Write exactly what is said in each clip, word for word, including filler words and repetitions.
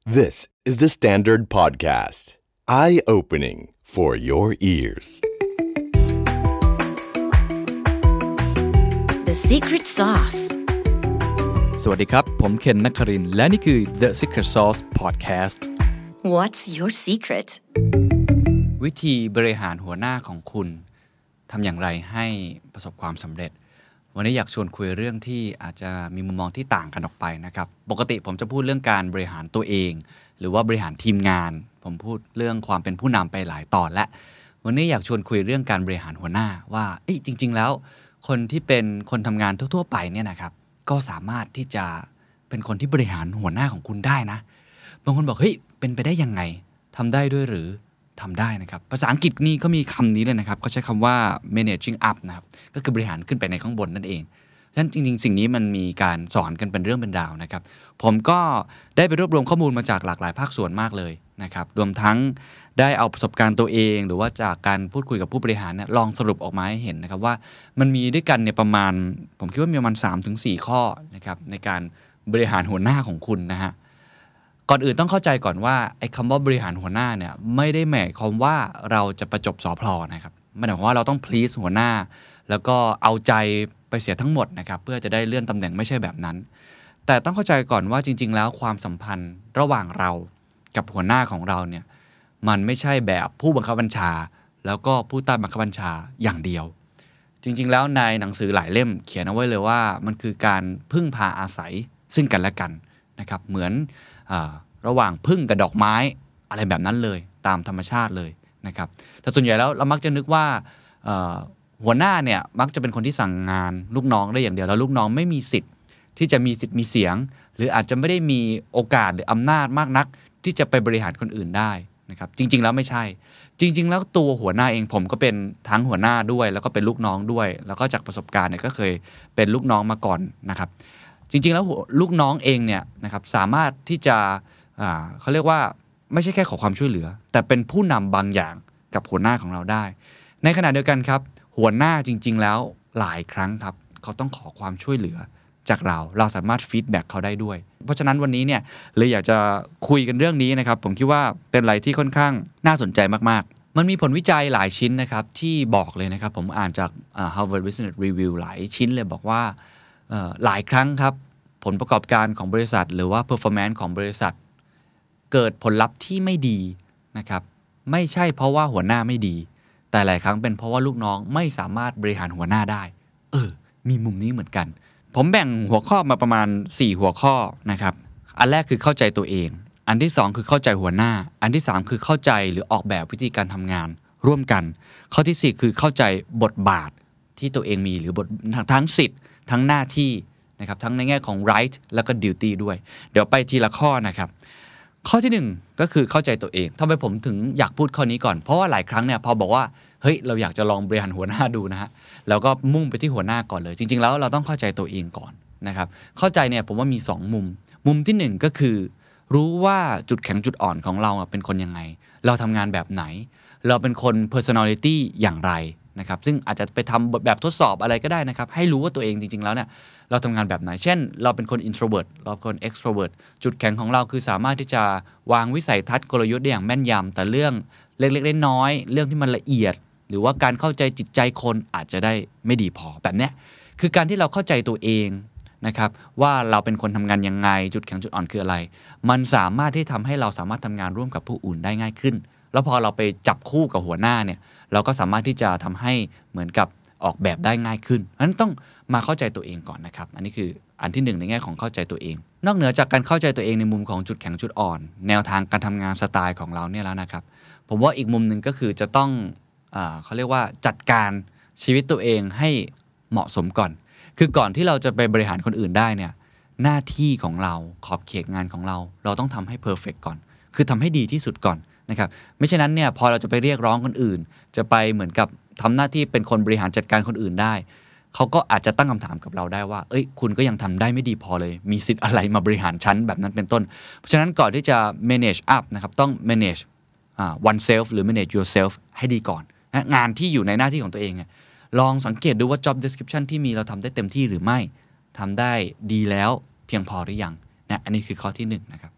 This is the Standard Podcast. Eye-opening for your ears. The Secret Sauce. สวัสดีครับผมเคนนครินทร์และนี่คือ The Secret Sauce Podcast. What's your secret? วิธีบริหารหัวหน้าของคุณทำอย่างไรให้ประสบความสำเร็จวันนี้อยากชวนคุยเรื่องที่อาจจะมีมุมมองที่ต่างกันออกไปนะครับปกติผมจะพูดเรื่องการบริหารตัวเองหรือว่าบริหารทีมงานผมพูดเรื่องความเป็นผู้นำไปหลายตอนและวันนี้อยากชวนคุยเรื่องการบริหารหัวหน้าว่าเอ้ยจริงๆแล้วคนที่เป็นคนทำงานทั่วๆไปเนี่ยนะครับก็สามารถที่จะเป็นคนที่บริหารหัวหน้าของคุณได้นะบางคนบอกเฮ้ยเป็นไปได้ยังไงทำได้ด้วยหรือทำได้นะครับภาษาอังกฤษนี่ก็มีคำนี้เลยนะครับเขาใช้คำว่า managing up นะครับก็คือบริหารขึ้นไปในข้างบนนั่นเองฉะนั้นจริงๆสิ่งนี้มันมีการสอนกันเป็นเรื่องเป็นราวนะครับผมก็ได้ไปรวบรวมข้อมูลมาจากหลากหลายภาคส่วนมากเลยนะครับรวมทั้งได้เอาประสบการณ์ตัวเองหรือว่าจากการพูดคุยกับผู้บริหารเนี่ยลองสรุปออกมาให้เห็นนะครับว่ามันมีด้วยกันเนี่ยประมาณผมคิดว่ามีประมาณ สามถึงสี่ ข้อนะครับในการบริหารหัวหน้าของคุณนะฮะก่อนอื่นต้องเข้าใจก่อนว่าไอ้คำว่าบริหารหัวหน้าเนี่ยไม่ได้หมายความว่าเราจะประจบสพลนะครับไม่ได้หมายความว่าเราต้อง please หัวหน้าแล้วก็เอาใจไปเสียทั้งหมดนะครับเพื่อจะได้เลื่อนตำแหน่งไม่ใช่แบบนั้นแต่ต้องเข้าใจก่อนว่าจริงๆแล้วความสัมพันธ์ระหว่างเรากับหัวหน้าของเราเนี่ยมันไม่ใช่แบบผู้บังคับบัญชาแล้วก็ผู้ใต้บังคับบัญชาอย่างเดียวจริงๆแล้วในหนังสือหลายเล่มเขียนเอาไว้เลยว่ามันคือการพึ่งพาอาศัยซึ่งกันและกันนะครับเหมือนระหว่างพึ่งกับดอกไม้อะไรแบบนั้นเลยตามธรรมชาติเลยนะครับแต่ส่วนใหญ่แล้วเรามักจะนึกว่าหัวหน้าเนี่ยมักจะเป็นคนที่สั่งงานลูกน้องได้อย่างเดียวแล้วลูกน้องไม่มีสิทธิ์ที่จะมีสิทธิ์มีเสียงหรืออาจจะไม่ได้มีโอกาสหรืออำนาจมากนักที่จะไปบริหารคนอื่นได้นะครับจริงๆแล้วไม่ใช่จริงๆแล้วตัวหัวหน้าเองผมก็เป็นทั้งหัวหน้าด้วยแล้วก็เป็นลูกน้องด้วยแล้วก็จากประสบการณ์เนี่ยก็เคยเป็นลูกน้องมาก่อนนะครับจริงๆแล้วลูกน้องเองเนี่ยนะครับสามารถที่จะเขาเรียกว่าไม่ใช่แค่ขอความช่วยเหลือแต่เป็นผู้นำบางอย่างกับหัวหน้าของเราได้ในขณะเดียวกันครับหัวหน้าจริงๆแล้วหลายครั้งครับเขาต้องขอความช่วยเหลือจากเราเราสามารถฟีดแบ็กเขาได้ด้วยเพราะฉะนั้นวันนี้เนี่ยเลยอยากจะคุยกันเรื่องนี้นะครับผมคิดว่าเป็นอะไรที่ค่อนข้างน่าสนใจมากๆมันมีผลวิจัยหลายชิ้นนะครับที่บอกเลยนะครับผมอ่านจาก Harvard Business Review หลายชิ้นเลยบอกว่าหลายครั้งครับผลประกอบการของบริษัทหรือว่า performance ของบริษัทเกิดผลลัพธ์ที่ไม่ดีนะครับไม่ใช่เพราะว่าหัวหน้าไม่ดีแต่หลายครั้งเป็นเพราะว่าลูกน้องไม่สามารถบริหารหัวหน้าได้เออมีมุมนี้เหมือนกันผมแบ่งหัวข้อมาประมาณสี่หัวข้อนะครับอันแรกคือเข้าใจตัวเองอันที่สองคือเข้าใจหัวหน้าอันที่สามคือเข้าใจหรือออกแบบวิธีการทำงานร่วมกันข้อที่สี่คือเข้าใจบทบาทที่ตัวเองมีหรือบททั้งสิทธิ์ทั้งหน้าที่นะครับทั้งในแง่ของ right แล้วก็ duty ด้วยเดี๋ยวไปทีละข้อนะครับข้อที่หนึ่งก็คือเข้าใจตัวเองทำไมผมถึงอยากพูดข้อนี้ก่อนเพราะว่าหลายครั้งเนี่ยพอบอกว่าเฮ้ยเราอยากจะลองบริหารหัวหน้าดูนะฮะแล้วก็มุ่งไปที่หัวหน้าก่อนเลยจริงๆแล้วเราต้องเข้าใจตัวเองก่อนนะครับเข้าใจเนี่ยผมว่ามีสองมุมมุมที่หนึ่งก็คือรู้ว่าจุดแข็งจุดอ่อนของเราเป็นคนยังไงเราทำงานแบบไหนเราเป็นคน personality อย่างไรนะครับซึ่งอาจจะไปทำแบบทดสอบอะไรก็ได้นะครับให้รู้ว่าตัวเองจริงๆแล้วเนี่ยเราทำงานแบบไหนเช่นเราเป็นคน introvert เราเป็นคน extrovert จุดแข็งของเราคือสามารถที่จะวางวิสัยทัศน์กลยุทธ์ได้อย่างแม่นยำแต่เรื่องเล็กๆน้อยๆเรื่องที่มันละเอียดหรือว่าการเข้าใจจิตใจคนอาจจะได้ไม่ดีพอแบบเนี้ยคือการที่เราเข้าใจตัวเองนะครับว่าเราเป็นคนทำงานยังไงจุดแข็งจุดอ่อนคืออะไรมันสามารถที่ทำให้เราสามารถทำงานร่วมกับผู้อื่นได้ง่ายขึ้นแล้วพอเราไปจับคู่กับหัวหน้าเนี่ยเราก็สามารถที่จะทำให้เหมือนกับออกแบบได้ง่ายขึ้นนั้นต้องมาเข้าใจตัวเองก่อนนะครับอันนี้คืออันที่หนึ่งในแง่ของเข้าใจตัวเองนอกเหนือจากการเข้าใจตัวเองในมุมของจุดแข็งจุดอ่อนแนวทางการทำงานสไตล์ของเราเนี่ยแล้วนะครับผมว่าอีกมุมนึงก็คือจะต้องอ่าเขาเรียกว่าจัดการชีวิตตัวเองให้เหมาะสมก่อนคือก่อนที่เราจะไปบริหารคนอื่นได้เนี่ยหน้าที่ของเราขอบเขตงานของเราเราต้องทำให้เพอร์เฟกต์ก่อนคือทำให้ดีที่สุดก่อนนะครับไม่เช่นนั้นเนี่ยพอเราจะไปเรียกร้องคนอื่นจะไปเหมือนกับทำหน้าที่เป็นคนบริหารจัดการคนอื่นได้เขาก็อาจจะตั้งคำถามกับเราได้ว่าเอ้ยคุณก็ยังทำได้ไม่ดีพอเลยมีสิทธิ์อะไรมาบริหารชั้นแบบนั้นเป็นต้นเพราะฉะนั้นก่อนที่จะ manage up นะครับต้อง manage อ่า oneself หรือ manage yourself ให้ดีก่อนนะงานที่อยู่ในหน้าที่ของตัวเองลองสังเกตดูว่า job description ที่มีเราทำได้เต็มที่หรือไม่ทำได้ดีแล้วเพียงพอหรือยังนะอันนี้คือข้อที่หนึ่งนะครับข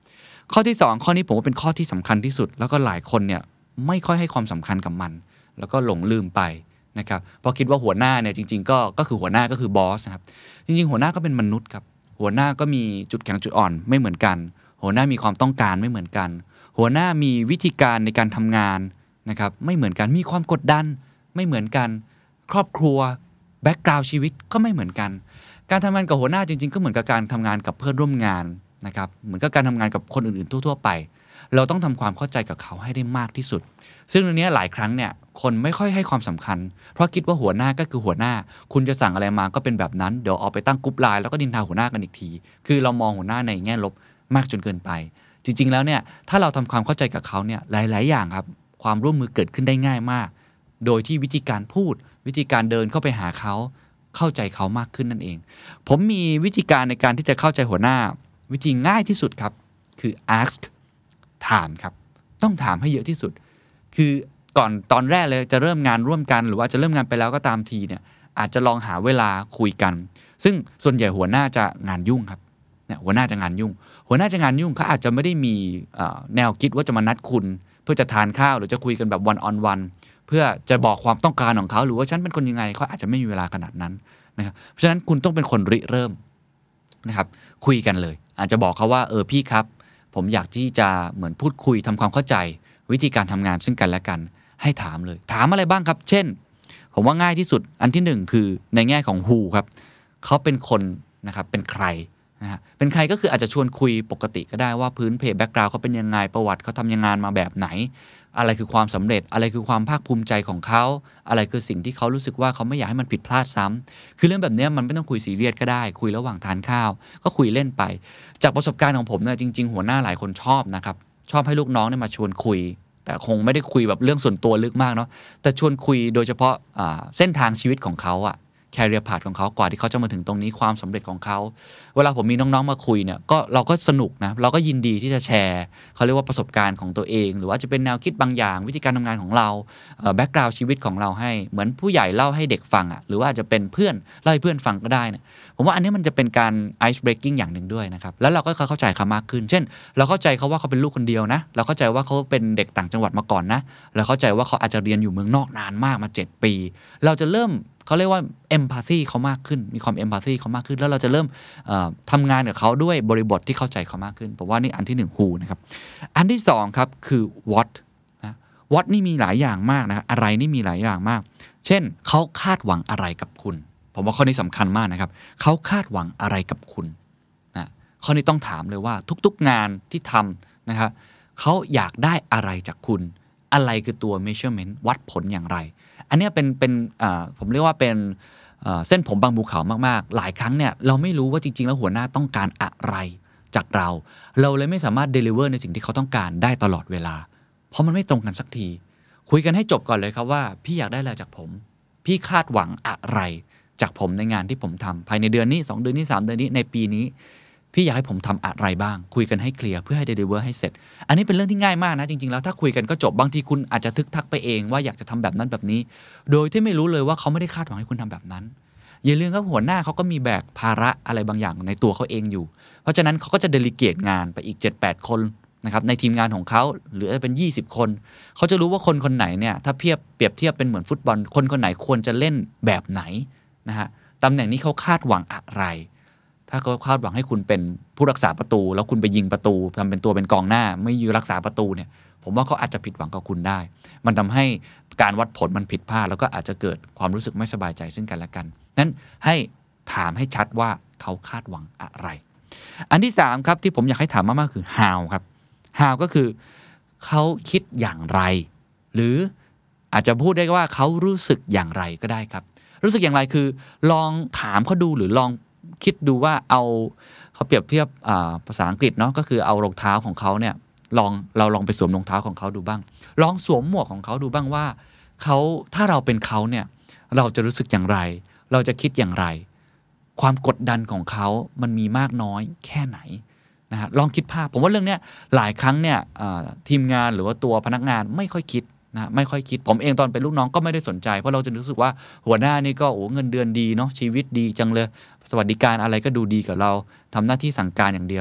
ข้อที่สองข้อนี้ผมว่าเป็นข้อที่สำคัญที่สุดแล้วก็หลายคนเนี่ยไม่ค่อยให้ความสำคัญกับมันแล้วก็หลงลืมไปนะครับเพราะคิดว่าหัวหน้าเนี่ยจริงๆก็ก็คือหัวหน้าก็คือบอสนะครับจริงๆหัวหน้าก็เป็นมนุษย์ครับหัวหน้าก็มีจุดแข็งจุดอ่อนไม่เหมือนกันหัวหน้ามีความต้องการไม่เหมือนกันหัวหน้ามีวิธีการในการทำงานนะครับไม่เหมือนกันมีความกดดันไม่เหมือนกันครอบครัวแบ็คกราวด์ชีวิตก็ไม่เหมือนกันการทำงานกับหัวหน้าจริงๆก็เหมือนกับการทำงานกับเพื่อนร่วมงานนะครับเหมือนกับการทำงานกับคนอื่นๆทั่วๆไปเราต้องทำความเข้าใจกับเขาให้ได้มากที่สุดซึ่งตรงนี้หลายครั้งเนี่ยคนไม่ค่อยให้ความสำคัญเพราะคิดว่าหัวหน้าก็คือหัวหน้าคุณจะสั่งอะไรมาก็เป็นแบบนั้นเดี๋ยวออกไปตั้งกรุ๊ปไลน์แล้วก็ดินทาหัวหน้ากันอีกทีคือเรามองหัวหน้าในแง่ลบมากจนเกินไปจริงๆแล้วเนี่ยถ้าเราทำความเข้าใจกับเขาเนี่ยหลายๆอย่างครับความร่วมมือเกิดขึ้นได้ง่ายมากโดยที่วิธีการพูดวิธีการเดินเข้าไปหาเขาเข้าใจเขามากขึ้นนั่นเองผมมีวิธีการในการที่จะเข้าใจหัวหน้าวิธีง่ายที่สุดครับคือ ask ถามครับต้องถามให้เยอะที่สุดคือก่อนตอนแรกเลยจะเริ่มงานร่วมกันหรือว่าจะเริ่มงานไปแล้วก็ตามทีเนี่ยอาจจะลองหาเวลาคุยกันซึ่งส่วนใหญ่หัวหน้าจะงานยุ่งครับเนี่ยหัวหน้าจะงานยุ่งหัวหน้าจะงานยุ่งเขาอาจจะไม่ได้มีแนวคิดว่าจะมานัดคุณเพื่อจะทานข้าวหรือจะคุยกันแบบ one on one เพื่อจะบอกความต้องการของเขาหรือว่าฉันเป็นคนยังไงเขาอาจจะไม่มีเวลาขนาดนั้นนะครับเพราะฉะนั้นคุณต้องเป็นคนริเริ่มนะครับคุยกันเลยอาจจะบอกเขาว่าเออพี่ครับผมอยากที่จะเหมือนพูดคุยทำความเข้าใจวิธีการทำงานซึ่งกันและกันให้ถามเลยถามอะไรบ้างครับเช่นผมว่าง่ายที่สุดอันที่หนึ่งคือในแง่ของ who ครับเขาเป็นคนนะครับเป็นใครนะฮะเป็นใครก็คืออาจจะชวนคุยปกติก็ได้ว่าพื้นเพแบ็คกราวด์เขาเป็นยังไงประวัติเขาทำยังงานมาแบบไหนอะไรคือความสำเร็จอะไรคือความภาคภูมิใจของเขาอะไรคือสิ่งที่เขารู้สึกว่าเขาไม่อยากให้มันผิดพลาดซ้ำคือเรื่องแบบนี้มันไม่ต้องคุยซีเรียสก็ได้คุยระหว่างทานข้าวก็คุยเล่นไปจากประสบการณ์ของผมเนี่ยจริงๆหัวหน้าหลายคนชอบนะครับชอบให้ลูกน้องเนี่ยมาชวนคุยแต่คงไม่ได้คุยแบบเรื่องส่วนตัวลึกมากเนาะแต่ชวนคุยโดยเฉพาะเส้นทางชีวิตของเขาอะcareer path ของเขากว่าที่เขาจะมาถึงตรงนี้ความสำเร็จของเขาเวลาผมมีน้องๆมาคุยเนี่ยก็เราก็สนุกนะเราก็ยินดีที่จะแชร์เขาเรียกว่าประสบการณ์ของตัวเองหรือว่าจะเป็นแนวคิดบางอย่างวิธีการทำงานของเราแบ็คกราวด์ชีวิตของเราให้เหมือนผู้ใหญ่เล่าให้เด็กฟังอ่ะหรือว่าจะเป็นเพื่อนเล่าให้เพื่อนฟังก็ได้เนี่ยผมว่าอันนี้มันจะเป็นการ ice breaking อย่างหนึ่งด้วยนะครับแล้วเราก็เข้าใจเขามากขึ้นเช่นเราเข้าใจเขาว่าเขาเป็นลูกคนเดียวนะเราเข้าใจว่าเขาเป็นเด็กต่างจังหวัดมาก่อนนะเราเข้าใจว่าเขาอาจจะเรียนอยู่เมืองนอกนานมากมาเจ็ดปีเราจะเริ่มเขาเรียกว่า empathy เขามากขึ้นมีความ empathy เขามากขึ้นแล้วเราจะเริ่มทำงานกับเขาด้วยบริบทที่เข้าใจเขามากขึ้นผมว่านี่อันที่หนึ่ง who นะครับอันที่สองครับคือ what นะ what นี่มีหลายอย่างมากนะอะไรนี่มีหลายอย่างมากเช่นเขาคาดหวังอะไรกับคุณผมว่าข้อนี้สำคัญมากนะครับเขาคาดหวังอะไรกับคุณนะข้อนี้ต้องถามเลยว่าทุกๆงานที่ทำนะครับเขาอยากได้อะไรจากคุณอะไรคือตัว measurement วัดผลอย่างไรอันนี้เป็นเป็นผมเรียกว่าเป็นเส้นผมบางภูเขามากๆหลายครั้งเนี่ยเราไม่รู้ว่าจริงๆแล้วหัวหน้าต้องการอะไรจากเราเราเลยไม่สามารถ deliver ในสิ่งที่เขาต้องการได้ตลอดเวลาเพราะมันไม่ตรงกันสักทีคุยกันให้จบก่อนเลยครับว่าพี่อยากได้อะไรจากผมพี่คาดหวังอะไรจากผมในงานที่ผมทำภายในเดือนนี้สองเดือนนี้สามเดือนนี้ในปีนี้พี่อยากให้ผมทำอะไรบ้างคุยกันให้เคลียร์เพื่อให้ deliver ให้เสร็จอันนี้เป็นเรื่องที่ง่ายมากนะจริงๆแล้วถ้าคุยกันก็จบบางทีคุณอาจจะทึกทักไปเองว่าอยากจะทำแบบนั้นแบบนี้โดยที่ไม่รู้เลยว่าเขาไม่ได้คาดหวังให้คุณทำแบบนั้นอย่าลืมว่าหัวหน้าเขาก็มีแบกภาระอะไรบางอย่างในตัวเขาเองอยู่เพราะฉะนั้นเขาก็จะ delegate งานไปอีก เจ็ดแปด คนนะครับในทีมงานของเขาหรือเป็นยี่สิบคนเขาจะรู้ว่าคนคนไหนเนี่ยถ้าเทียบเปรียบเทียบเป็นเหมือนฟุตบอลคนคนไหนควรจะเล่นแบบไหนนะฮะตำแหน่งนี้เขาคาดหวังอะไรถ้าเขาคาดหวังให้คุณเป็นผู้รักษาประตูแล้วคุณไปยิงประตูทำเป็นตัวเป็นกองหน้าไม่ยืนรักษาประตูเนี่ยผมว่าเขาอาจจะผิดหวังกับคุณได้มันทำให้การวัดผลมันผิดพลาดแล้วก็อาจจะเกิดความรู้สึกไม่สบายใจซึ่งกันและกันนั้นให้ถามให้ชัดว่าเขาคาดหวังอะไรอันที่สามครับที่ผมอยากให้ถามมากๆคือ how ครับ how ก็คือเขาคิดอย่างไรหรืออาจจะพูดได้ว่าเขารู้สึกอย่างไรก็ได้ครับรู้สึกอย่างไรคือลองถามเขาดูหรือลองคิดดูว่าเอาเขาเปรียบเทียบภาษาอังกฤษเนาะก็คือเอารองเท้าของเขาเนี่ยลองเราลองไปสวมรองเท้าของเขาดูบ้างลองสวมหมวกของเขาดูบ้างว่าเขาถ้าเราเป็นเขาเนี่ยเราจะรู้สึกอย่างไรเราจะคิดอย่างไรความกดดันของเขามันมีมากน้อยแค่ไหนนะฮะลองคิดภาพผมว่าเรื่องนี้หลายครั้งเนี่ยทีมงานหรือว่าตัวพนักงานไม่ค่อยคิดนะไม่ค่อยคิดผมเองตอนเป็นลูกน้องก็ไม่ได้สนใจเพราะเราจะรู้สึกว่าหัวหน้านี่ก็โอ้เงินเดือนดีเนาะชีวิตดีจังเลยสวัสดิการอะไรก็ดูดีกับเราทำหน้าที่สั่งการอย่างเดียว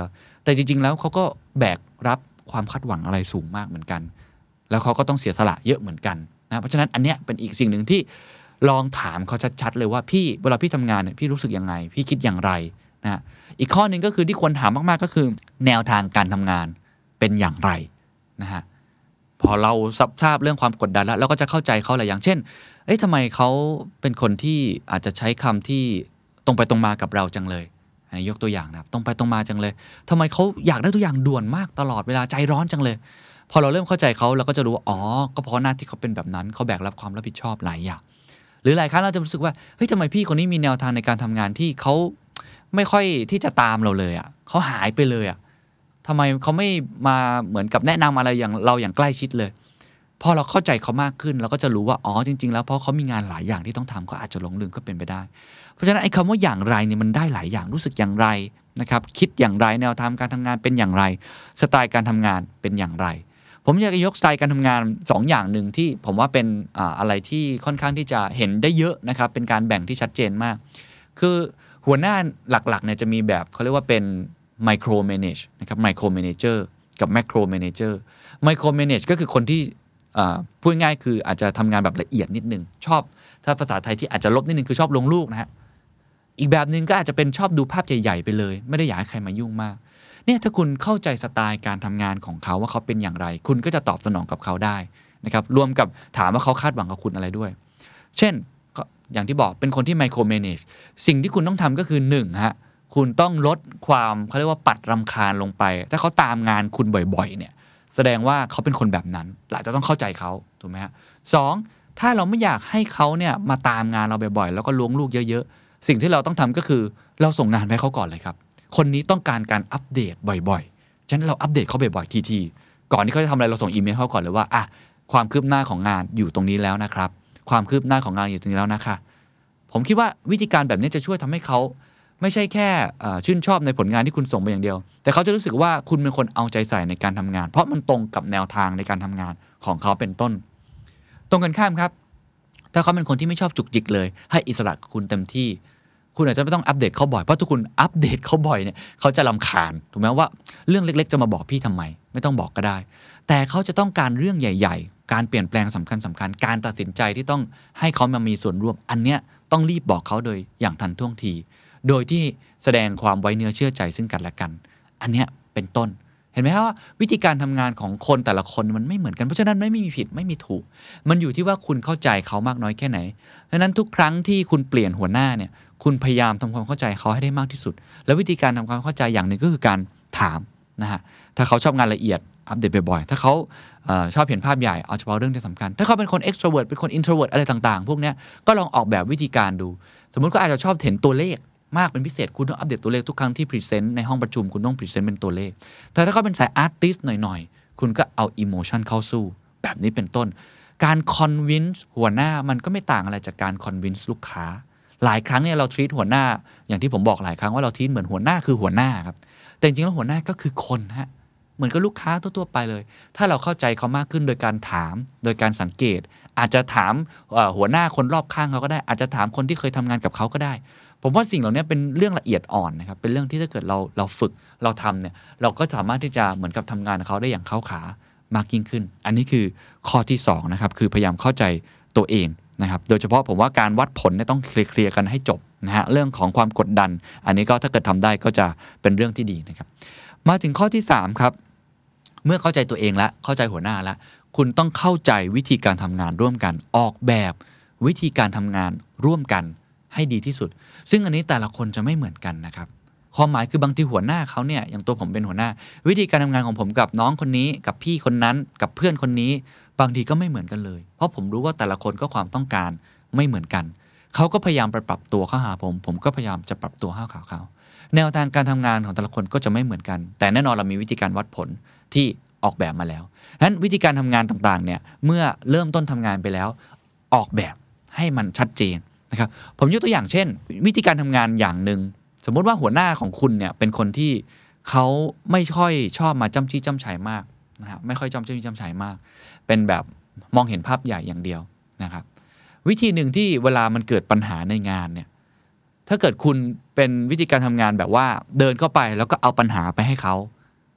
แต่จริงๆแล้วเขาก็แบกรับความคาดหวังอะไรสูงมากเหมือนกันแล้วเขาก็ต้องเสียสละเยอะเหมือนกันนะเพราะฉะนั้นอันเนี้ยเป็นอีกสิ่งหนึ่งที่ลองถามเขาชัดๆเลยว่าพี่เวลาพี่ทำงานเนี่ยพี่รู้สึกยังไงพี่คิดอย่างไรนะอีกข้อนึงก็คือที่ควรถามมากๆก็คือแนวทางการทำงานเป็นอย่างไรนะฮะพอเราทราบเรื่องความกดดันแล้วเราก็จะเข้าใจเขาหลายอย่างเช่นเอ้ยทำไมเขาเป็นคนที่อาจจะใช้คำที่ตรงไปตรงมากับเราจังเลยอันนี้ยกตัวอย่างนะครับตรงไปตรงมาจังเลยทำไมเขาอยากได้ทุกอย่างด่วนมากตลอดเวลาใจร้อนจังเลยพอเราเริ่มเข้าใจเขาเราก็จะรู้ว่าอ๋อก็เพราะหน้าที่เขาเป็นแบบนั้นเขาแบกรับความรับผิดชอบหลายอย่างหรือหลายครั้งเราจะรู้สึกว่าเฮ้ยทำไมพี่คนนี้มีแนวทางในการทำงานที่เขาไม่ค่อยที่จะตามเราเลยอ่ะเขาหายไปเลยอ่ะทำไมเขาไม่มาเหมือนกับแนะนำอะไรอย่างเราอย่างใกล้ชิดเลยพอเราเข้าใจเขามากขึ้นเราก็จะรู้ว่าอ๋อจริงๆแล้วเพราะเขามีงานหลายอย่างที่ต้องทำก็อาจจะหลงลืมก็เป็นไปได้เพราะฉะนั้นไอ้คำว่าอย่างไรเนี่ยมันได้หลายอย่างรู้สึกอย่างไรนะครับคิดอย่างไรแนวทางการทำงานเป็นอย่างไรสไตล์การทำงานเป็นอย่างไรผมอยากจะยกสไตล์การทำงานสองอย่างหนึ่งที่ผมว่าเป็นอ่าอะไรที่ค่อนข้างที่จะเห็นได้เยอะนะครับเป็นการแบ่งที่ชัดเจนมากคือหัวหน้าหลักๆเนี่ยจะมีแบบเขาเรียกว่าเป็น micro manage นะครับ micro manager กับ macro manager micro manage ก็คือคนที่พูดง่ายๆคืออาจจะทำงานแบบละเอียดนิดนึงชอบถ้าภาษาไทยที่อาจจะลบนิดนึงคือชอบลงลูกนะฮะอีกแบบนึงก็อาจจะเป็นชอบดูภาพใหญ่ๆไปเลยไม่ได้อยากให้ใครมายุ่งมากเนี่ยถ้าคุณเข้าใจสไตล์การทำงานของเขาว่าเขาเป็นอย่างไรคุณก็จะตอบสนองกับเขาได้นะครับรวมกับถามว่าเขาคาดหวังกับคุณอะไรด้วยเช่นอย่างที่บอกเป็นคนที่ไมโครแมเนจสิ่งที่คุณต้องทำก็คือหนึ่งฮะคุณต้องลดความเขาเรียกว่าปัดรำคาญลงไปถ้าเขาตามงานคุณบ่อยๆเนี่ยแสดงว่าเขาเป็นคนแบบนั้นเราจะต้องเข้าใจเขาถูกไหมฮะสองถ้าเราไม่อยากให้เขาเนี่ยมาตามงานเราบ่อยๆแล้วก็ล้วงลูกเยอะๆสิ่งที่เราต้องทำก็คือเราส่งงานไปให้เขาก่อนเลยครับคนนี้ต้องการการอัปเดตบ่อยๆฉะนั้นเราอัปเดตเขาบ่อยๆทีๆก่อนที่เขาจะทำอะไรเราส่งอีเมลเขาก่อนเลยว่าอ่ะความคืบหน้าของงานอยู่ตรงนี้แล้วนะครับความคืบหน้าของงานอยู่ตรงนี้แล้วนะคะผมคิดว่าวิธีการแบบนี้จะช่วยทำให้เขาไม่ใช่แค่ชื่นชอบในผลงานที่คุณส่งไปอย่างเดียวแต่เขาจะรู้สึกว่าคุณเป็นคนเอาใจใส่ในการทำงานเพราะมันตรงกับแนวทางในการทำงานของเขาเป็นต้นตรงกันข้ามครับถ้าเขาเป็นคนที่ไม่ชอบจุกจิกเลยให้อิสระกับคุณเต็มที่คุณอาจจะไม่ต้องอัปเดตเขาบ่อยเพราะทุกคุณอัปเดตเขาบ่อยเนี่ยเขาจะรำคาญถูกไหมว่าเรื่องเล็กๆจะมาบอกพี่ทำไมไม่ต้องบอกก็ได้แต่เขาจะต้องการเรื่องใหญ่ๆการเปลี่ยนแปลงสำคัญสำคัญการตัดสินใจที่ต้องให้เขามามีส่วนร่วมอันเนี้ยต้องรีบบอกเขาโดยอย่างทันท่วงทีโดยที่แสดงความไว้เนื้อเชื่อใจซึ่งกันและกันอันเนี้ยเป็นต้นเห็นไหมครับว่าวิธีการทำงานของคนแต่ละคนมันไม่เหมือนกันเพราะฉะนั้นไม่มีผิดไม่มีถูกมันอยู่ที่ว่าคุณเข้าใจเขามากน้อยแค่ไหนดังนั้นทุกครั้งที่คุณเปลี่ยนหัวหน้าเนี่ยคุณพยายามทำความเข้าใจเขาให้ได้มากที่สุดและวิธีการทำความเข้าใจอย่างหนึ่งก็คือการถามนะฮะถ้าเขาชอบงานละเอียดอัปเดตบ่อยๆถ้าเขาเอ่อชอบเห็นภาพใหญ่เอาเฉพาะเรื่องที่สำคัญถ้าเขาเป็นคน extrovert เป็นคน introvert อะไรต่างๆพวกเนี้ยก็ลองออกแบบวิธีการดูสมมุติก็อาจจะชอบเห็นตัวเลขมากเป็นพิเศษคุณต้องอัปเดตตัวเลขทุกครั้งที่พรีเซนต์ในห้องประชุมคุณต้องพรีเซนต์เป็นตัวเลขแต่ถ้าเขาเป็นสายอาร์ติสต์หน่อยๆคุณก็เอาอิโมชันเข้าสู้แบบนี้เป็นต้นการคอนวินส์หัวหน้ามันก็ไม่ต่างอะไรจากการคอนวินส์ลูกค้าหลายครั้งเนี่ยเราทรีตหัวหน้าอย่างที่ผมบอกหลายครั้งว่าเราทรีตเหมือนหัวหน้าคือหัวหน้าครับแต่จริงๆแล้วหัวหน้าก็คือคนฮะเหมือนกับลูกค้าทั่วๆไปเลยถ้าเราเข้าใจเขามากขึ้นโดยการถามโดยการสังเกตอาจจะถามหัวหน้าคนรอบข้างเขาก็ได้อาจจะถามคนที่เคยทำงานกับเขาก็ได้ผมว่าสิ่งเหล่านี้เป็นเรื่องละเอียดอ่อนนะครับเป็นเรื่องที่ถ้าเกิดเราเราฝึกเราทำเนี่ยเราก็สามารถที่จะเหมือนกับทำงานกับเขาได้อย่างเข้าขามากยิ่งขึ้นอันนี้คือข้อที่สองนะครับคือพยายามเข้าใจตัวเองนะครับโดยเฉพาะผมว่าการวัดผลเนี่ยต้องเคลียร์กันให้จบนะฮะเรื่องของความกดดันอันนี้ก็ถ้าเกิดทำได้ก็จะเป็นเรื่องที่ดีนะครับมาถึงข้อที่สามครับเมื่อเข้าใจตัวเองแล้วเข้าใจหัวหน้าแล้วคุณต้องเข้าใจวิธีการทำงานร่วมกันออกแบบวิธีการทำงานร่วมกันให้ดีที่สุดซึ่งอันนี้แต่ละคนจะไม่เหมือนกันนะครับความหมายคือบางทีหัวหน้าเขาเนี่ยอย่างตัวผมเป็นหัวหน้าวิธีการทำงานของผมกับน้องคนนี้กับพี่คนนั้นกับเพื่อนคนนี้บางทีก็ไม่เหมือนกันเลยเพราะผมรู้ว่าแต่ละคนก็ความต้องการไม่เหมือนกันเขาก็พยายามไปปรับตัวเข้าหาผมผมก็พยายามจะปรับตัวเข้าหาเขาแนวทางการทำงานของแต่ละคนก็จะไม่เหมือนกันแต่แน่นอนเรามีวิธีการวัดผลที่ออกแบบมาแล้วฉะนั้นวิธีการทำงานต่างๆเนี่ยเมื่อเริ่มต้นทำงานไปแล้วออกแบบให้มันชัดเจนนะครับผมยกตัวอย่างเช่นวิธีการทำงานอย่างหนึ่งสมมติว่าหัวหน้าของคุณเนี่ยเป็นคนที่เขาไม่ค่อยชอบมาจ้ำจี้จ้ำชัยมากนะครับไม่ค่อยจ้ำจี้จ้ำชัยมากเป็นแบบมองเห็นภาพใหญ่อย่างเดียวนะครับวิธีหนึ่งที่เวลามันเกิดปัญหาในงานเนี่ยถ้าเกิดคุณเป็นวิธีการทำงานแบบว่าเดินเข้าไปแล้วก็เอาปัญหาไปให้เขา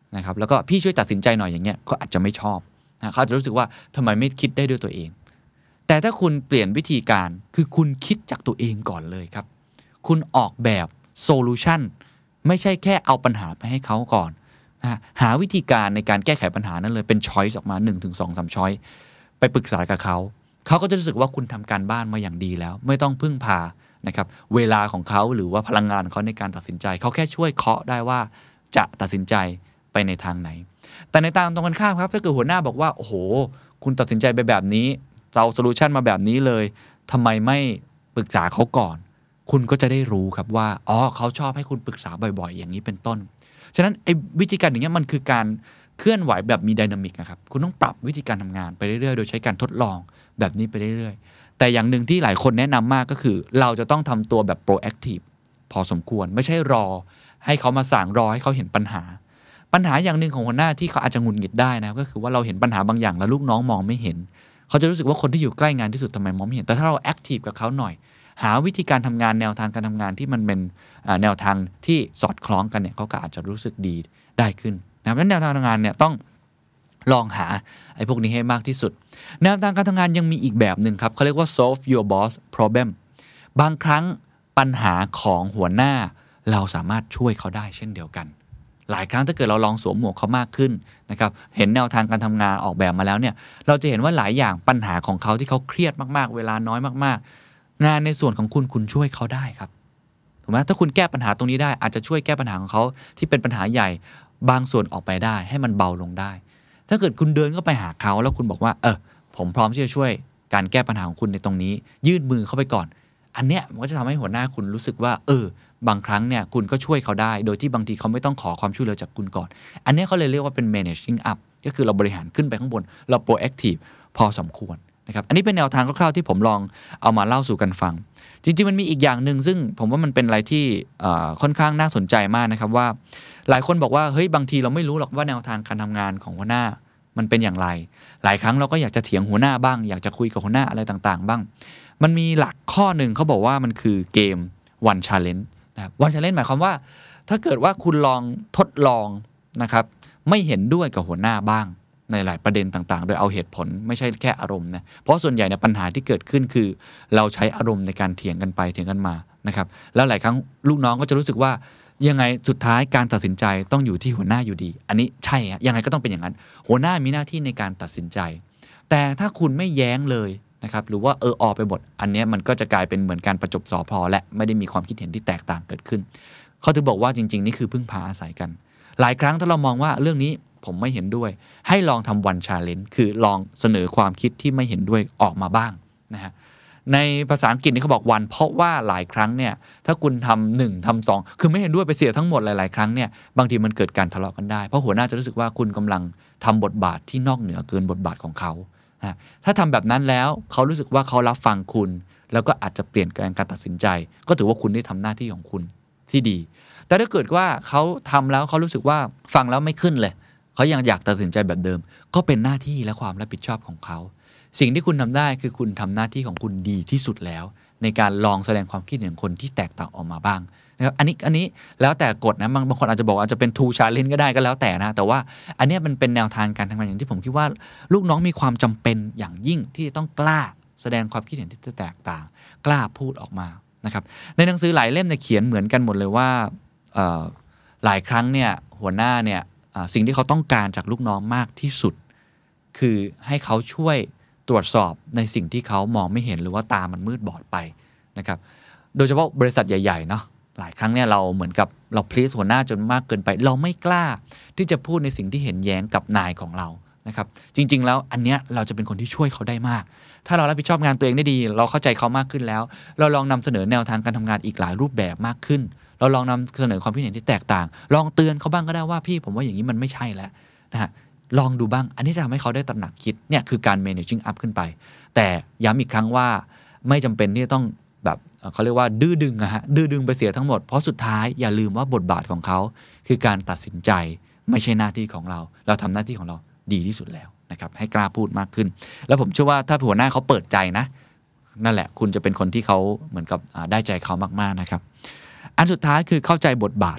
นะครับแล้วก็พี่ช่วยตัดสินใจหน่อยอย่างเงี้ยก็อาจจะไม่ชอบนะเขาจะรู้สึกว่าทำไมไม่คิดได้ด้วยตัวเองแต่ถ้าคุณเปลี่ยนวิธีการคือคุณคิดจากตัวเองก่อนเลยครับคุณออกแบบโซลูชันไม่ใช่แค่เอาปัญหาไปให้เขาก่อนนะหาวิธีการในการแก้ไขปัญหานั้นเลยเป็นช้อยส์ออกมา หนึ่งถึงสอง สาม ช้อยส์ไปปรึกษากับเขาเขาก็จะรู้สึกว่าคุณทำการบ้านมาอย่างดีแล้วไม่ต้องพึ่งพานะครับเวลาของเขาหรือว่าพลังงานของเขาในการตัดสินใจเขาแค่ช่วยเคาะได้ว่าจะตัดสินใจไปในทางไหนแต่ในทางตรงกันข้ามครับถ้าเกิดหัวหน้าบอกว่าโอ้โหคุณตัดสินใจไปแบบนี้เอาโซลูชันมาแบบนี้เลยทำไมไม่ปรึกษาเขาก่อนคุณก็จะได้รู้ครับว่าอ๋อเขาชอบให้คุณปรึกษาบ่อยๆอย่างนี้เป็นต้นฉะนั้นไอ้วิธีการอย่างเงี้ยมันคือการเคลื่อนไหวแบบมีไดนามิกนะครับคุณต้องปรับวิธีการทำงานไปเรื่อยๆโดยใช้การทดลองแบบนี้ไปเรื่อยๆแต่อย่างหนึ่งที่หลายคนแนะนำมากก็คือเราจะต้องทำตัวแบบโปรแอคทีฟพอสมควรไม่ใช่รอให้เขามาสั่งรอให้เขาเห็นปัญหาปัญหาอย่างหนึ่งของหัวหน้าที่เขาอาจจะหงุดหงิดได้นะก็คือว่าเราเห็นปัญหาบางอย่างแล้วลูกน้องมองไม่เห็นเขาจะรู้สึกว่าคนที่อยู่ใกล้งานที่สุดทำไมมองไม่เห็นแต่ถ้าเราแอคทีฟกับเขาหน่อยหาวิธีการทำงานแนวทางการทำงานที่มันเป็นแนวทางที่สอดคล้องกันเนี่ยเขาก็อาจจะรู้สึกดีได้ขึ้นนะเพราะฉะนั้นแนวทางการทำงานเนี่ยต้องลองหาไอ้พวกนี้ให้มากที่สุดแนวทางการทำงานยังมีอีกแบบหนึ่งครับเขาเรียกว่า solve your boss problem บางครั้งปัญหาของหัวหน้าเราสามารถช่วยเขาได้เช่นเดียวกันหลายครั้งถ้าเกิดเราลองสวมหมวกเขามากขึ้นนะครับเห็นแนวทางการทำงานออกแบบมาแล้วเนี่ยเราจะเห็นว่าหลายอย่างปัญหาของเขาที่เขาเครียดมากๆเวลาน้อยมากๆงานในส่วนของคุณคุณช่วยเขาได้ครับถูกไหมถ้าคุณแก้ปัญหาตรงนี้ได้อาจจะช่วยแก้ปัญหาของเขาที่เป็นปัญหาใหญ่บางส่วนออกไปได้ให้มันเบาลงได้ถ้าเกิดคุณเดินเข้าไปหาเขาแล้วคุณบอกว่าเออผมพร้อมที่จะช่วยการแก้ปัญหาของคุณในตรงนี้ยื่นมือเข้าไปก่อนอันเนี้ยมันก็จะทำให้หัวหน้าคุณรู้สึกว่าเออบางครั้งเนี่ยคุณก็ช่วยเขาได้โดยที่บางทีเขาไม่ต้องขอความช่วยเหลือจากคุณก่อนอันนี้เขาเลยเรียกว่าเป็น managing up ก็คือเราบริหารขึ้นไปข้างบนเรา proactive พอสมควรนะครับอันนี้เป็นแนวทางคร่าวๆที่ผมลองเอามาเล่าสู่กันฟังจริงๆมันมีอีกอย่างนึงซึ่งผมว่ามันเป็นอะไรที่ค่อนข้างน่าสนใจมากนะครับว่าหลายคนบอกว่าเฮ้ยบางทีเราไม่รู้หรอกว่าแนวทางการทำงานของหัวหน้ามันเป็นอย่างไรหลายครั้งเราก็อยากจะเถียงหัวหน้าบ้างอยากจะคุยกับหัวหน้าอะไรต่างๆบ้างมันมีหลักข้อหนึ่งเขาบอกว่ามันคือเกม one challenge นะครับ one challenge หมายความว่าถ้าเกิดว่าคุณลองทดลองนะครับไม่เห็นด้วยกับหัวหน้าบ้างในหลายประเด็นต่างๆโดยเอาเหตุผลไม่ใช่แค่อารมณ์นะเพราะส่วนใหญ่เนี่ยปัญหาที่เกิดขึ้นคือเราใช้อารมณ์ในการเถียงกันไปเถียงกันมานะครับแล้วหลายครั้งลูกน้องก็จะรู้สึกว่ายังไงสุดท้ายการตัดสินใจต้องอยู่ที่หัวหน้าอยู่ดีอันนี้ใช่ฮะยังไงก็ต้องเป็นอย่างนั้นหัวหน้ามีหน้าที่ในการตัดสินใจแต่ถ้าคุณไม่แย้งเลยนะครับหรือว่าเออออไปหมดอันนี้มันก็จะกลายเป็นเหมือนการประจบสอพอและไม่ได้มีความคิดเห็นที่แตกต่างเกิดขึ้นเขาถึงบอกว่าจริงๆนี่คือพึ่งพาอาศัยกันหลายครั้งถ้าเรามองว่าเรื่องนี้ผมไม่เห็นด้วยให้ลองทำ one challenge คือลองเสนอความคิดที่ไม่เห็นด้วยออกมาบ้างนะฮะในภาษาอังกฤษนี่เขาบอก one เพราะว่าหลายครั้งเนี่ยถ้าคุณทำหนึ่งทำสองคือไม่เห็นด้วยไปเสียทั้งหมดหลายๆครั้งเนี่ยบางทีมันเกิดการทะเลาะกันได้เพราะหัวหน้าจะรู้สึกว่าคุณกำลังทำบทบาทที่นอกเหนือเกินบทบาทของเขานะถ้าทำแบบนั้นแล้วเขารู้สึกว่าเขารับฟังคุณแล้วก็อาจจะเปลี่ยนการตัดสินใจก็ถือว่าคุณได้ทำหน้าที่ของคุณที่ดีแต่ถ้าเกิดว่าเขาทำแล้วเขารู้สึกว่าฟังแล้วไม่ขึ้นเลยเขายังอยากตัดสินใจแบบเดิมก็เป็นหน้าที่และความรับผิดชอบของเขาสิ่งที่คุณทำได้คือคุณทำหน้าที่ของคุณดีที่สุดแล้วในการลองแสดงความคิดเห็นคนที่แตกต่างออกมาบ้างนะครับอันนี้อันนี้แล้วแต่กฎนะบางบางคนอาจจะบอกอาจจะเป็น two challenge ก็ได้ก็แล้วแต่นะแต่ว่าอันนี้มันเป็นแนวทางการทำงานอย่างที่ผมคิดว่าลูกน้องมีความจำเป็นอย่างยิ่งที่จะต้องกล้าแสดงความคิดเห็นที่แตกต่างกล้าพูดออกมานะครับในหนังสือหลายเล่มเนี่ยเขียนเหมือนกันหมดเลยว่าหลายครั้งเนี่ยหัวหน้าเนี่ยสิ่งที่เขาต้องการจากลูกน้องมากที่สุดคือให้เขาช่วยตรวจสอบในสิ่งที่เขามองไม่เห็นหรือว่าตามันมืดบอดไปนะครับโดยเฉพาะบริษัทใหญ่ๆเนาะหลายครั้งเนี่ยเราเหมือนกับเราพลีสหัวหน้าจนมากเกินไปเราไม่กล้าที่จะพูดในสิ่งที่เห็นแย้งกับนายของเรานะครับจริงๆแล้วอันเนี้ยเราจะเป็นคนที่ช่วยเขาได้มากถ้าเรารับผิดชอบงานตัวเองได้ดีเราเข้าใจเขามากขึ้นแล้วเราลองนำเสนอแนวทางการทำงานอีกหลายรูปแบบมากขึ้นเราลองนำเสนอความคิดเห็นที่แตกต่างลองเตือนเขาบ้างก็ได้ว่าพี่ผมว่าอย่างนี้มันไม่ใช่แล้วนะฮะลองดูบ้างอันนี้จะทำให้เขาได้ตระหนักคิดเนี่ยคือการ managing up ขึ้นไปแต่ย้ำอีกครั้งว่าไม่จำเป็นที่จะต้องแบบเขาเรียกว่าดื้อดึงอะฮะดื้อดึงไปเสียทั้งหมดเพราะสุดท้ายอย่าลืมว่าบทบาทของเขาคือการตัดสินใจไม่ใช่หน้าที่ของเราเราทำหน้าที่ของเราดีที่สุดแล้วนะครับให้กล้าพูดมากขึ้นแล้วผมเชื่อว่าถ้าหัวหน้าเขาเปิดใจนะนั่นแหละคุณจะเป็นคนที่เขาเหมือนกับได้ใจเขามากๆนะครับอันสุดท้ายคือเข้าใจบทบาทครับ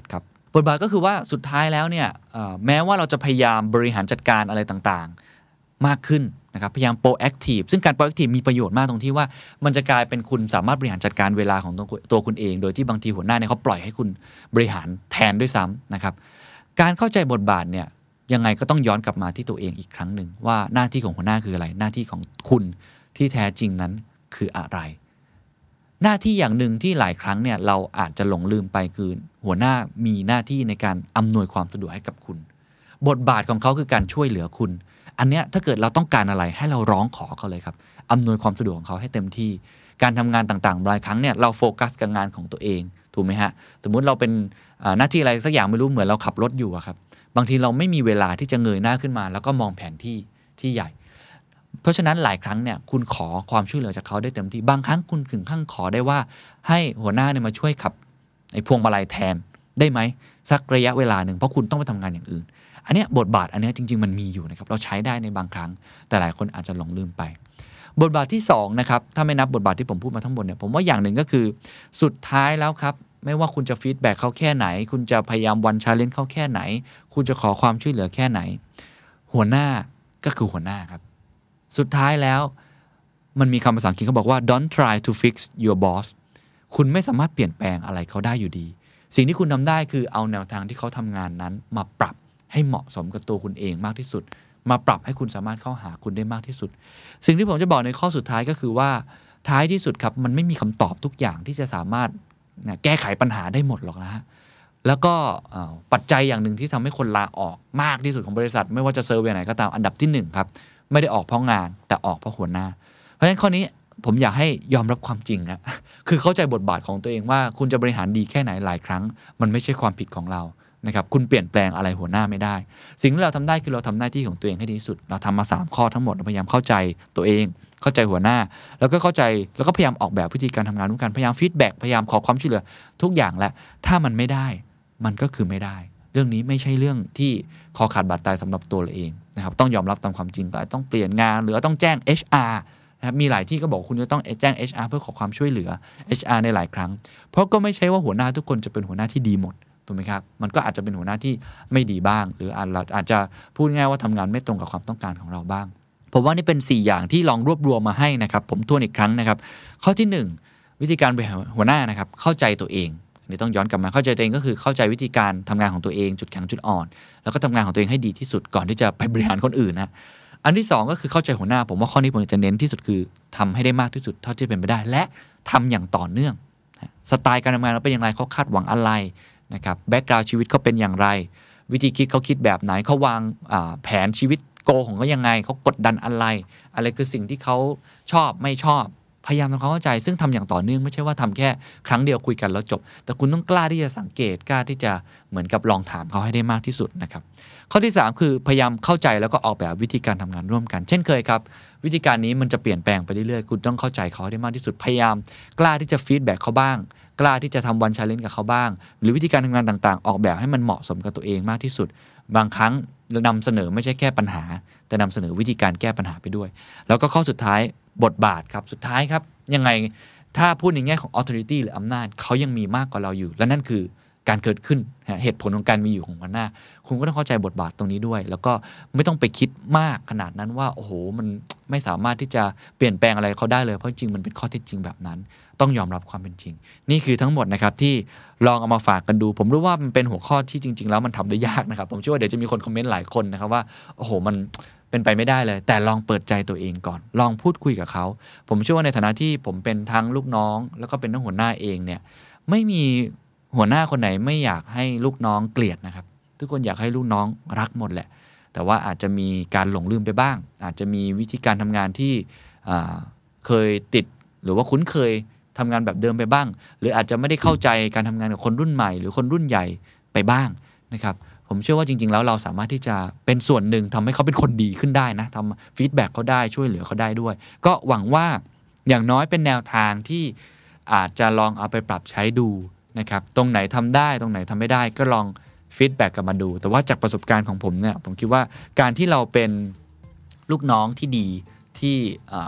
บทบาทก็คือว่าสุดท้ายแล้วเนี่ยแม้ว่าเราจะพยายามบริหารจัดการอะไรต่างๆมากขึ้นนะครับพยายาม proactive ซึ่งการ proactive มีประโยชน์มากตรงที่ว่ามันจะกลายเป็นคุณสามารถบริหารจัดการเวลาของตัวตัวคุณเองโดยที่บางทีหัวหน้าเนี่ยเขาปล่อยให้คุณบริหารแทนด้วยซ้ำนะครับการเข้าใจบทบาทเนี่ยยังไงก็ต้องย้อนกลับมาที่ตัวเองอีกครั้งหนึ่งว่าหน้าที่ของหัวหน้าคืออะไรหน้าที่ของคุณที่แท้จริงนั้นคืออะไรหน้าที่อย่างหนึ่งที่หลายครั้งเนี่ยเราอาจจะหลงลืมไปคือหัวหน้ามีหน้าที่ในการอำนวยความสะดวกให้กับคุณบทบาทของเขาคือการช่วยเหลือคุณอันเนี้ยถ้าเกิดเราต้องการอะไรให้เราร้องขอเขาเลยครับอำนวยความสะดวกของเขาให้เต็มที่การทำงานต่างๆหลายครั้งเนี่ยเราโฟกัสกับงานของตัวเองถูกไหมฮะสมมุติเราเป็นหน้าที่อะไรสักอย่างไม่รู้เหมือนเราขับรถอยู่อะครับบางทีเราไม่มีเวลาที่จะเงยหน้าขึ้นมาแล้วก็มองแผนที่ที่ใหญ่เพราะฉะนั้นหลายครั้งเนี่ยคุณขอความช่วยเหลือจากเขาได้เต็มที่บางครั้งคุณถึงขั้นขอได้ว่าให้หัวหน้าเนี่ยมาช่วยขับไอ้พวงมาลัยแทนได้ไหมสักระยะเวลาหนึ่งเพราะคุณต้องไปทำงานอย่างอื่นอันนี้บทบาทอันนี้จริงๆมันมีอยู่นะครับเราใช้ได้ในบางครั้งแต่หลายคนอาจจะหลงลืมไปบทบาทที่สองนะครับถ้าไม่นับบทบาทที่ผมพูดมาทั้งหมดเนี่ยผมว่าอย่างหนึ่งก็คือสุดท้ายแล้วครับไม่ว่าคุณจะฟีดแบ็กเขาแค่ไหนคุณจะพยายามวันชาเลนจ์เขาแค่ไหนคุณจะขอความช่วยเหลือแค่ไหนหัวหน้าก็คือหัวหน้าครับสุดท้ายแล้วมันมีคำภาษาอังกฤษเขาบอกว่า don't try to fix your boss คุณไม่สามารถเปลี่ยนแปลงอะไรเขาได้อยู่ดีสิ่งที่คุณทำได้คือเอาแนวทางที่เขาทำงานนั้นมาปรับให้เหมาะสมกับตัวคุณเองมากที่สุดมาปรับให้คุณสามารถเข้าหาคุณได้มากที่สุดสิ่งที่ผมจะบอกในข้อสุดท้ายก็คือว่าท้ายที่สุดครับมันไม่มีคำตอบทุกอย่างที่จะสามารถแก้ไขปัญหาได้หมดหรอกนะฮะแล้วก็ปัจจัยอย่างหนึ่งที่ทำให้คนลาออกมากที่สุดของบริษัทไม่ว่าจะเซอร์เวย์ไหนก็ตามอันดับที่หนึ่งครับไม่ได้ออกเพราะงานแต่ออกเพราะหัวหน้าเพราะฉะนั้นข้อนี้ผมอยากให้ยอมรับความจริงอะคือเข้าใจบทบาทของตัวเองว่าคุณจะบริหารดีแค่ไหนหลายครั้งมันไม่ใช่ความผิดของเรานะครับคุณเปลี่ยนแปลงอะไรหัวหน้าไม่ได้สิ่งที่เราทำได้คือเราทำหน้าที่ของตัวเองให้ดีที่สุดเราทำมาสามข้อทั้งหมดเราพยายามเข้าใจตัวเองเข้าใจหัวหน้าแล้วก็เข้าใจแล้วก็พยายามออกแบบวิธีการทำงานร่วมกันพยายามฟีดแบ็กพยายามขอความช่วยเหลือทุกอย่างแหละถ้ามันไม่ได้มันก็คือไม่ได้เรื่องนี้ไม่ใช่เรื่องที่คอขาดบาดตายสำหรับตัวเราเองนะครับต้องยอมรับตามความจริงก็ต้องเปลี่ยนงานหรือต้องแจ้ง เอช อาร์ นะครับมีหลายที่ก็บอกคุณจะต้องแจ้ง เอช อาร์ เพื่อขอความช่วยเหลือ เอช อาร์ ในหลายครั้งเพราะก็ไม่ใช่ว่าหัวหน้าทุกคนจะเป็นหัวหน้าที่ดีหมดถูกไหมครับมันก็อาจจะเป็นหัวหน้าที่ไม่ดีบ้างหรือเราอาจจะพูดง่ายว่าทำงานไม่ตรงกับความต้องการของเราบ้างผมว่านี่เป็นสี่อย่างที่ลองรวบรวมมาให้นะครับผมทวนอีกครั้งนะครับข้อที่หนึ่งวิธีการบริหารหัวหน้านะครับเข้าใจตัวเองนี่ต้องย้อนกลับมาเข้าใจตัวเองก็คือเข้าใจวิธีการทำงานของตัวเองจุดแข็งจุดอ่อนแล้วก็ทำงานของตัวเองให้ดีที่สุดก่อนที่จะไปบริหารคนอื่นนะอันที่สองก็คือเข้าใจหัวหน้าผมว่าข้อนี้ผมจะเน้นที่สุดคือทำให้ได้มากที่สุดเท่าที่เป็นไปได้และทำอย่างต่อเนื่องสไตล์การทำงานเราเป็นอย่างไรเขาคาดหวังอะไรนะครับแบ็กกราวด์ชีวิตเขาเป็นอย่างไรวิธีคิดเขาคิดแบบไหนเขาวางแผนชีวิตโกของเขายังไงเขากดดันอะไรอะไรคือสิ่งที่เขาชอบไม่ชอบพยายามทำความเข้าใจซึ่งทำอย่างต่อเนื่องไม่ใช่ว่าทำแค่ครั้งเดียวคุยกันแล้วจบแต่คุณต้องกล้าที่จะสังเกตกล้าที่จะเหมือนกับลองถามเขาให้ได้มากที่สุดนะครับข้อที่สามคือพยายามเข้าใจแล้วก็ออกแบบวิธีการทำงานร่วมกันเช่นเคยครับวิธีการนี้มันจะเปลี่ยนแปลงไปเรื่อยๆคุณต้องเข้าใจเขาให้ได้มากที่สุดพยายามกล้าที่จะฟีดแบ็กเขาบ้างกล้าที่จะทำวันชาเลนจ์กับเขาบ้างหรือวิธีการทำงานต่างๆออกแบบให้มันเหมาะสมกับตัวเองมากที่สุดบางครั้งเรานำเสนอไม่ใช่แค่ปัญหาแต่นำเสนอวิธีการแก้ปัญหาไปด้วยแล้วก็ข้อสุดท้ายบทบาทครับสุดท้ายครับยังไงถ้าพูดในแง่ของ authority หรืออำนาจเขายังมีมากกว่าเราอยู่และนั่นคือการเกิดขึ้นเหตุผลของการมีอยู่ของหัวหน้าคุณก็ต้องเข้าใจบทบาทตรงนี้ด้วยแล้วก็ไม่ต้องไปคิดมากขนาดนั้นว่าโอ้โหมันไม่สามารถที่จะเปลี่ยนแปลงอะไรเขาได้เลยเพราะจริงมันเป็นข้อเท็จจริงแบบนั้นต้องยอมรับความเป็นจริงนี่คือทั้งหมดนะครับที่ลองเอามาฝากกันดูผมรู้ว่ามันเป็นหัวข้อที่จริงๆแล้วมันทำได้ยากนะครับผมเชื่อว่าเดี๋ยวจะมีคนคอมเมนต์หลายคนนะครับว่าโอ้โหมันเป็นไปไม่ได้เลยแต่ลองเปิดใจตัวเองก่อนลองพูดคุยกับเขาผมเชื่อว่าในฐานะที่ผมเป็นทั้งลูกน้องแล้วก็เป็นทั้งหัวหน้าเองเนี่ยไม่มีหัวหน้าคนไหนไม่อยากให้ลูกน้องเกลียดนะครับทุกคนอยากให้ลูกน้องรักหมดแหละแต่ว่าอาจจะมีการหลงลืมไปบ้างอาจจะมีวิธีการทำงานที่เคยติดหรือว่าคุ้นเคยทำงานแบบเดิมไปบ้างหรืออาจจะไม่ได้เข้าใจการทำงานกับคนรุ่นใหม่หรือคนรุ่นใหญ่ไปบ้างนะครับผมเชื่อว่าจริงๆแล้วเราสามารถที่จะเป็นส่วนหนึ่งทำให้เขาเป็นคนดีขึ้นได้นะทำฟีดแบ็กเขาได้ช่วยเหลือเขาได้ด้วยก็หวังว่าอย่างน้อยเป็นแนวทางที่อาจจะลองเอาไปปรับใช้ดูนะครับตรงไหนทำได้ตรงไหนทำไม่ได้ก็ลองฟีดแบ็กกลับมาดูแต่ว่าจากประสบการณ์ของผมเนี่ยผมคิดว่าการที่เราเป็นลูกน้องที่ดีที่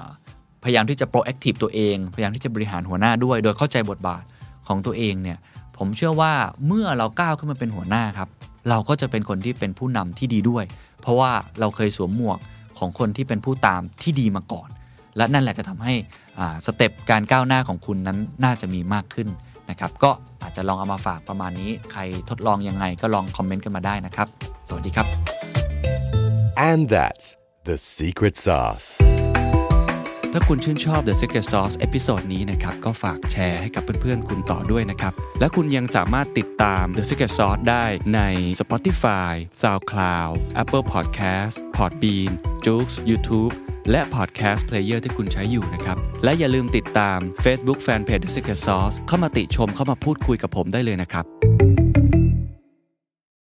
พยายามที่จะ proactive ตัวเองพยายามที่จะบริหารหัวหน้าด้วยโดยเข้าใจบทบาทของตัวเองเนี่ยผมเชื่อว่าเมื่อเราก้าวขึ้นมาเป็นหัวหน้าครับเราก็จะเป็นคนที่เป็นผู้นำที่ดีด้วยเพราะว่าเราเคยสวมหมวกของคนที่เป็นผู้ตามที่ดีมาก่อนและนั่นแหละจะทำให้อ่าสเต็ปการก้าวหน้าของคุณนั้นน่าจะมีมากขึ้นนะครับก็อาจจะลองเอามาฝากประมาณนี้ใครทดลองยังไงก็ลองคอมเมนต์กันมาได้นะครับสวัสดีครับ And that's the secret sauce ถ้าคุณชื่นชอบ The Secret Sauce เอพิโซดนี้นะครับก็ฝากแชร์ให้กับเพื่อนๆคุณต่อด้วยนะครับและคุณยังสามารถติดตาม The Secret Sauce ได้ใน Spotify, SoundCloud, Apple Podcast, Podbean, Joox, YouTube และ Podcast Player ที่คุณใช้อยู่นะครับและอย่าลืมติดตาม Facebook Fanpage The Secret Sauce เข้ามาติชมเข้ามาพูดคุยกับผมได้เลยนะครับ